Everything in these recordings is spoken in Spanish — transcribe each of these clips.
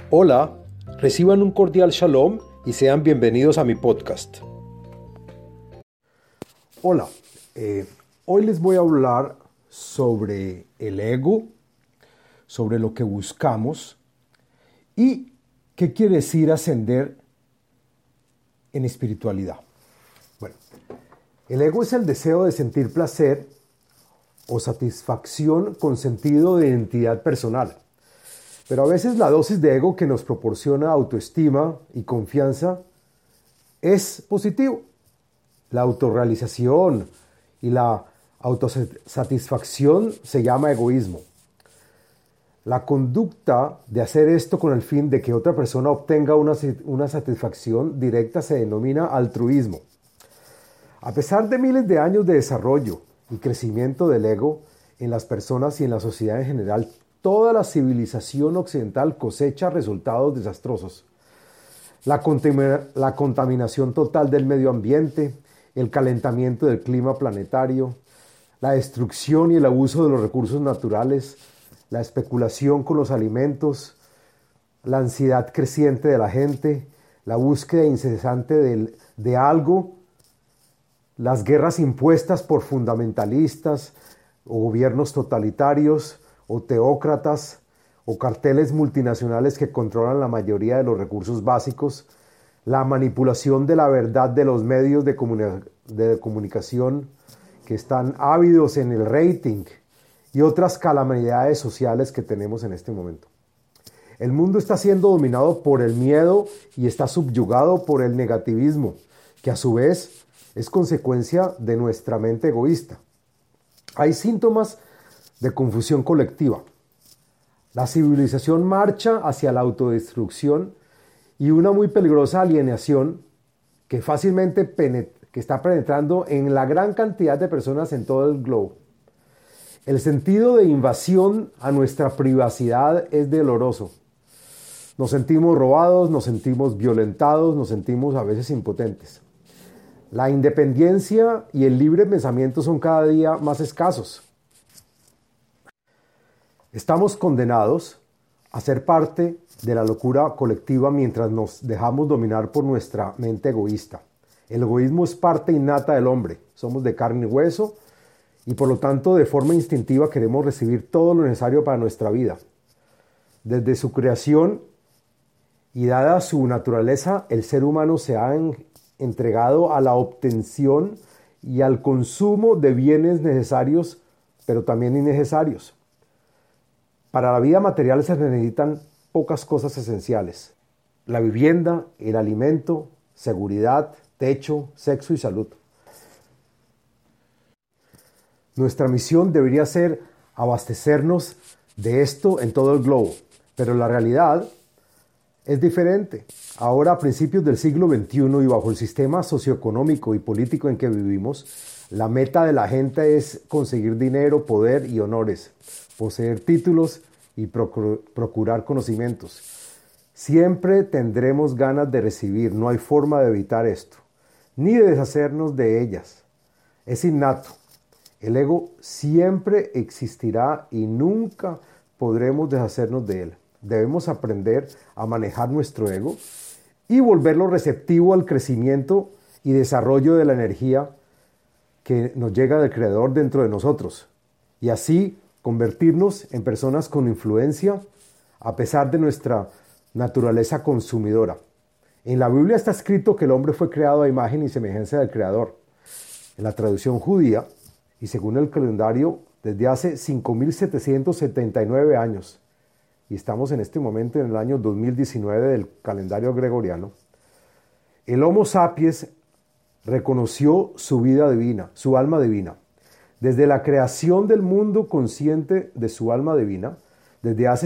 Hola, reciban un cordial shalom y sean bienvenidos a mi podcast. Hola, hoy les voy a hablar sobre el ego, sobre lo que buscamos y qué quiere decir ascender en espiritualidad. Bueno, el ego es el deseo de sentir placer o satisfacción con sentido de identidad personal. Pero a veces la dosis de ego que nos proporciona autoestima y confianza es positivo. La autorrealización y la autosatisfacción se llama egoísmo. La conducta de hacer esto con el fin de que otra persona obtenga una satisfacción directa se denomina altruismo. A pesar de miles de años de desarrollo y crecimiento del ego en las personas y en la sociedad en general, toda la civilización occidental cosecha resultados desastrosos. La contaminación total del medio ambiente, el calentamiento del clima planetario, la destrucción y el abuso de los recursos naturales, la especulación con los alimentos, la ansiedad creciente de la gente, la búsqueda incesante de algo, las guerras impuestas por fundamentalistas o gobiernos totalitarios, o teócratas, o carteles multinacionales que controlan la mayoría de los recursos básicos, la manipulación de la verdad de los medios de comunicación que están ávidos en el rating y otras calamidades sociales que tenemos en este momento. El mundo está siendo dominado por el miedo y está subyugado por el negativismo, que a su vez es consecuencia de nuestra mente egoísta. Hay síntomas de confusión colectiva. La civilización marcha hacia la autodestrucción y una muy peligrosa alienación que fácilmente está penetrando en la gran cantidad de personas en todo el globo. El sentido de invasión a nuestra privacidad es doloroso. Nos sentimos robados, nos sentimos violentados, nos sentimos a veces impotentes. La independencia y el libre pensamiento son cada día más escasos. Estamos condenados a ser parte de la locura colectiva mientras nos dejamos dominar por nuestra mente egoísta. El egoísmo es parte innata del hombre. Somos de carne y hueso y por lo tanto de forma instintiva queremos recibir todo lo necesario para nuestra vida. Desde su creación y dada su naturaleza, el ser humano se ha entregado a la obtención y al consumo de bienes necesarios, pero también innecesarios. Para la vida material se necesitan pocas cosas esenciales: la vivienda, el alimento, seguridad, techo, sexo y salud. Nuestra misión debería ser abastecernos de esto en todo el globo, pero la realidad es diferente. Ahora, a principios del siglo XXI y bajo el sistema socioeconómico y político en que vivimos, la meta de la gente es conseguir dinero, poder y honores, poseer títulos y procurar conocimientos. Siempre tendremos ganas de recibir, no hay forma de evitar esto, ni de deshacernos de ellas. Es innato. El ego siempre existirá y nunca podremos deshacernos de él. Debemos aprender a manejar nuestro ego y volverlo receptivo al crecimiento y desarrollo de la energía que nos llega del Creador dentro de nosotros, y así convertirnos en personas con influencia a pesar de nuestra naturaleza consumidora. En la Biblia está escrito que el hombre fue creado a imagen y semejanza del Creador. En la traducción judía y según el calendario desde hace 5.779 años, y estamos en este momento en el año 2019 del calendario gregoriano, el Homo sapiens reconoció su vida divina, su alma divina. Desde la creación del mundo consciente de su alma divina, desde hace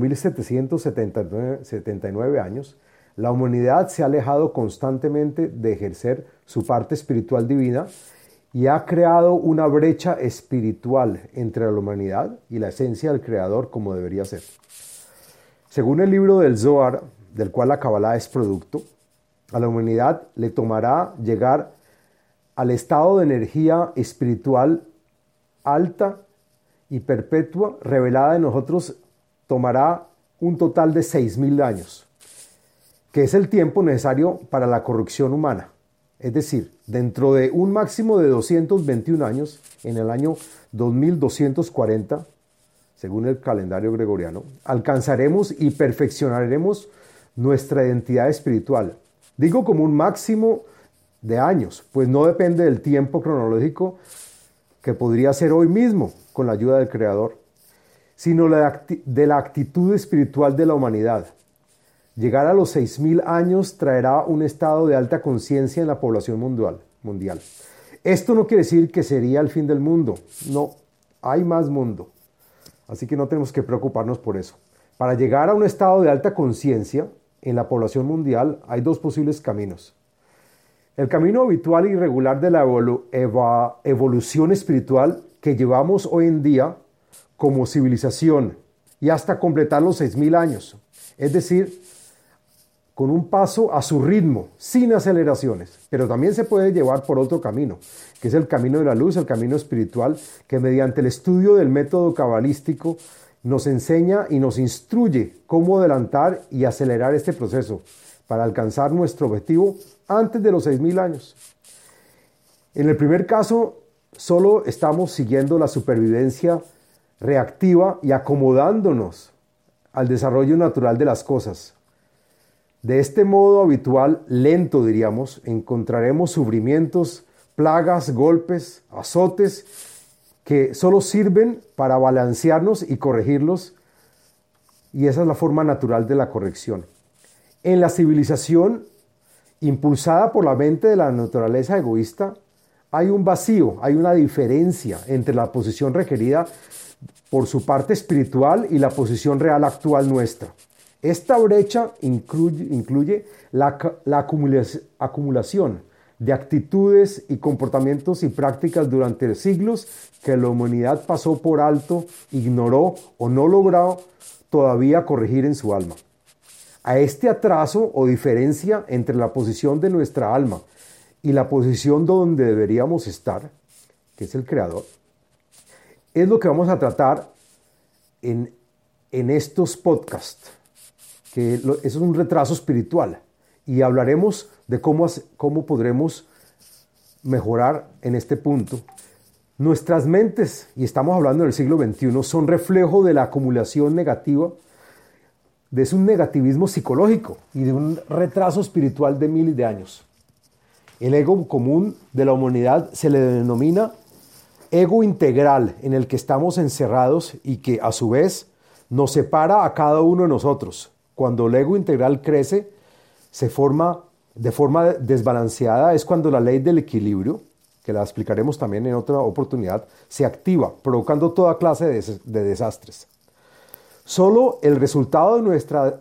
5.779 años, la humanidad se ha alejado constantemente de ejercer su parte espiritual divina y ha creado una brecha espiritual entre la humanidad y la esencia del Creador como debería ser. Según el libro del Zohar, del cual la Kabbalah es producto, a la humanidad le tomará llegar al estado de energía espiritual alta y perpetua revelada en nosotros, tomará un total de 6.000 años, que es el tiempo necesario para la corrección humana. Es decir, dentro de un máximo de 221 años, en el año 2240, según el calendario gregoriano, alcanzaremos y perfeccionaremos nuestra identidad espiritual. Digo como un máximo de años, pues no depende del tiempo cronológico que podría ser hoy mismo con la ayuda del Creador, sino de la actitud espiritual de la humanidad. Llegar a los 6.000 años traerá un estado de alta conciencia en la población mundial. Esto no quiere decir que sería el fin del mundo. No, hay más mundo. Así que no tenemos que preocuparnos por eso. Para llegar a un estado de alta conciencia en la población mundial hay dos posibles caminos. El camino habitual y regular de la evolución espiritual que llevamos hoy en día como civilización y hasta completar los 6.000 años. Es decir, con un paso a su ritmo, sin aceleraciones. Pero también se puede llevar por otro camino, que es el camino de la luz, el camino espiritual, que mediante el estudio del método cabalístico nos enseña y nos instruye cómo adelantar y acelerar este proceso para alcanzar nuestro objetivo antes de los 6.000 años. En el primer caso, solo estamos siguiendo la supervivencia reactiva y acomodándonos al desarrollo natural de las cosas. De este modo habitual, lento diríamos, encontraremos sufrimientos, plagas, golpes, azotes, que solo sirven para balancearnos y corregirlos, y esa es la forma natural de la corrección. En la civilización, impulsada por la mente de la naturaleza egoísta, hay un vacío, hay una diferencia entre la posición requerida por su parte espiritual y la posición real actual nuestra. Esta brecha incluye la acumulación de actitudes y comportamientos y prácticas durante siglos que la humanidad pasó por alto, ignoró o no logró todavía corregir en su alma. A este atraso o diferencia entre la posición de nuestra alma y la posición donde deberíamos estar, que es el Creador, es lo que vamos a tratar en estos podcasts, que eso es un retraso espiritual, y hablaremos de cómo podremos mejorar en este punto. Nuestras mentes, y estamos hablando del siglo XXI, son reflejo de la acumulación negativa, de un negativismo psicológico y de un retraso espiritual de miles de años. El ego común de la humanidad se le denomina ego integral, en el que estamos encerrados y que a su vez nos separa a cada uno de nosotros. Cuando el ego integral crece, se forma de forma desbalanceada, es cuando la ley del equilibrio, que la explicaremos también en otra oportunidad, se activa, provocando toda clase de desastres. Solo el resultado de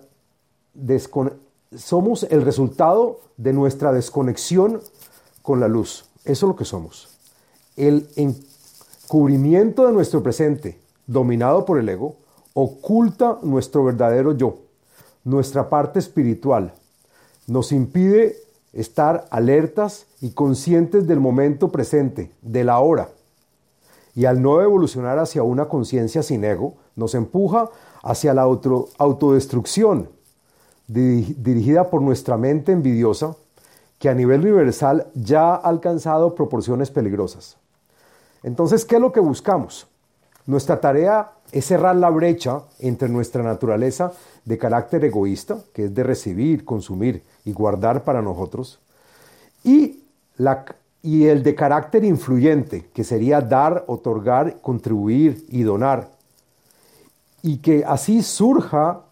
somos el resultado de nuestra desconexión con la luz. Eso es lo que somos. El encubrimiento de nuestro presente, dominado por el ego, oculta nuestro verdadero yo, nuestra parte espiritual. Nos impide estar alertas y conscientes del momento presente, de la hora. Y al no evolucionar hacia una conciencia sin ego, nos empuja hacia la autodestrucción, dirigida por nuestra mente envidiosa, que a nivel universal ya ha alcanzado proporciones peligrosas. Entonces, ¿qué es lo que buscamos? Nuestra tarea es cerrar la brecha entre nuestra naturaleza de carácter egoísta, que es de recibir, consumir y guardar para nosotros, y el de carácter influyente, que sería dar, otorgar, contribuir y donar, y que así surja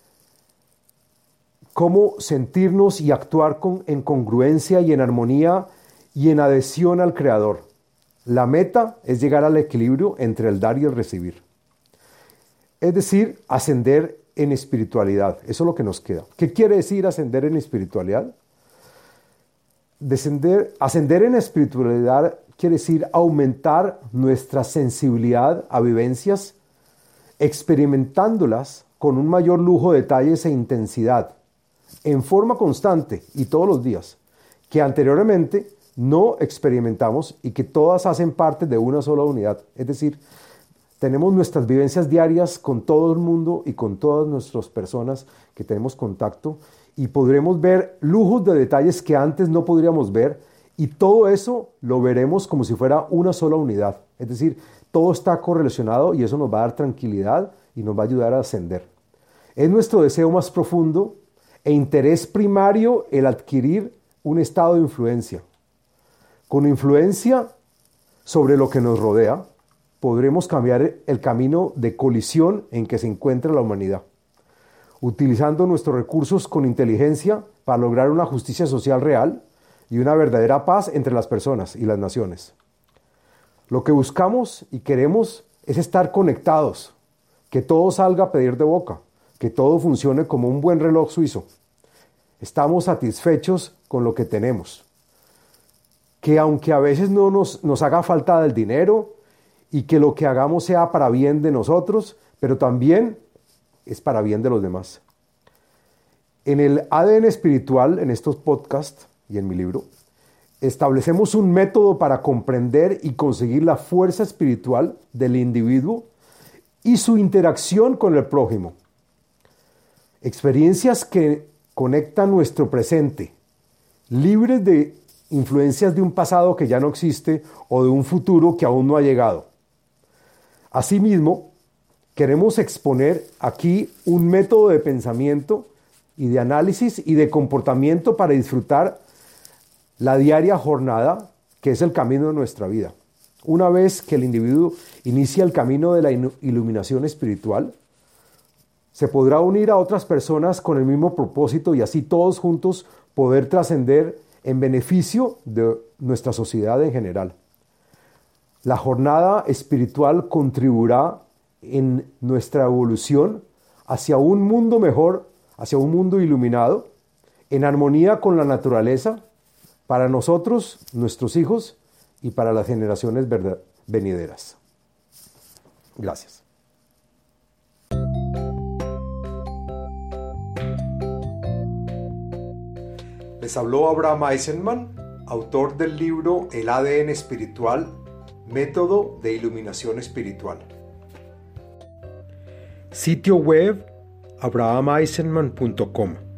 cómo sentirnos y actuar en congruencia y en armonía y en adhesión al Creador. La meta es llegar al equilibrio entre el dar y el recibir. Es decir, ascender en espiritualidad. Eso es lo que nos queda. ¿Qué quiere decir ascender en espiritualidad? Ascender en espiritualidad quiere decir aumentar nuestra sensibilidad a vivencias, experimentándolas con un mayor lujo de detalles e intensidad, en forma constante y todos los días, que anteriormente no experimentamos y que todas hacen parte de una sola unidad. Es decir, tenemos nuestras vivencias diarias con todo el mundo y con todas nuestras personas que tenemos contacto y podremos ver lujos de detalles que antes no podríamos ver y todo eso lo veremos como si fuera una sola unidad. Es decir, todo está correlacionado y eso nos va a dar tranquilidad y nos va a ayudar a ascender. Es nuestro deseo más profundo e interés primario el adquirir un estado de influencia. Con influencia sobre lo que nos rodea, podremos cambiar el camino de colisión en que se encuentra la humanidad, utilizando nuestros recursos con inteligencia para lograr una justicia social real y una verdadera paz entre las personas y las naciones. Lo que buscamos y queremos es estar conectados, que todo salga a pedir de boca, que todo funcione como un buen reloj suizo. Estamos satisfechos con lo que tenemos, que aunque a veces no nos haga falta del dinero y que lo que hagamos sea para bien de nosotros, pero también es para bien de los demás. En el ADN espiritual, en estos podcasts y en mi libro, establecemos un método para comprender y conseguir la fuerza espiritual del individuo y su interacción con el prójimo. Experiencias que conectan nuestro presente, libres de influencias de un pasado que ya no existe o de un futuro que aún no ha llegado. Asimismo, queremos exponer aquí un método de pensamiento y de análisis y de comportamiento para disfrutar la diaria jornada, que es el camino de nuestra vida. Una vez que el individuo inicia el camino de la iluminación espiritual, se podrá unir a otras personas con el mismo propósito y así todos juntos poder trascender en beneficio de nuestra sociedad en general. La jornada espiritual contribuirá en nuestra evolución hacia un mundo mejor, hacia un mundo iluminado, en armonía con la naturaleza, para nosotros, nuestros hijos y para las generaciones venideras. Gracias. Les habló Abraham Eisenman, autor del libro El ADN espiritual, método de iluminación espiritual. Sitio web abrahameisenman.com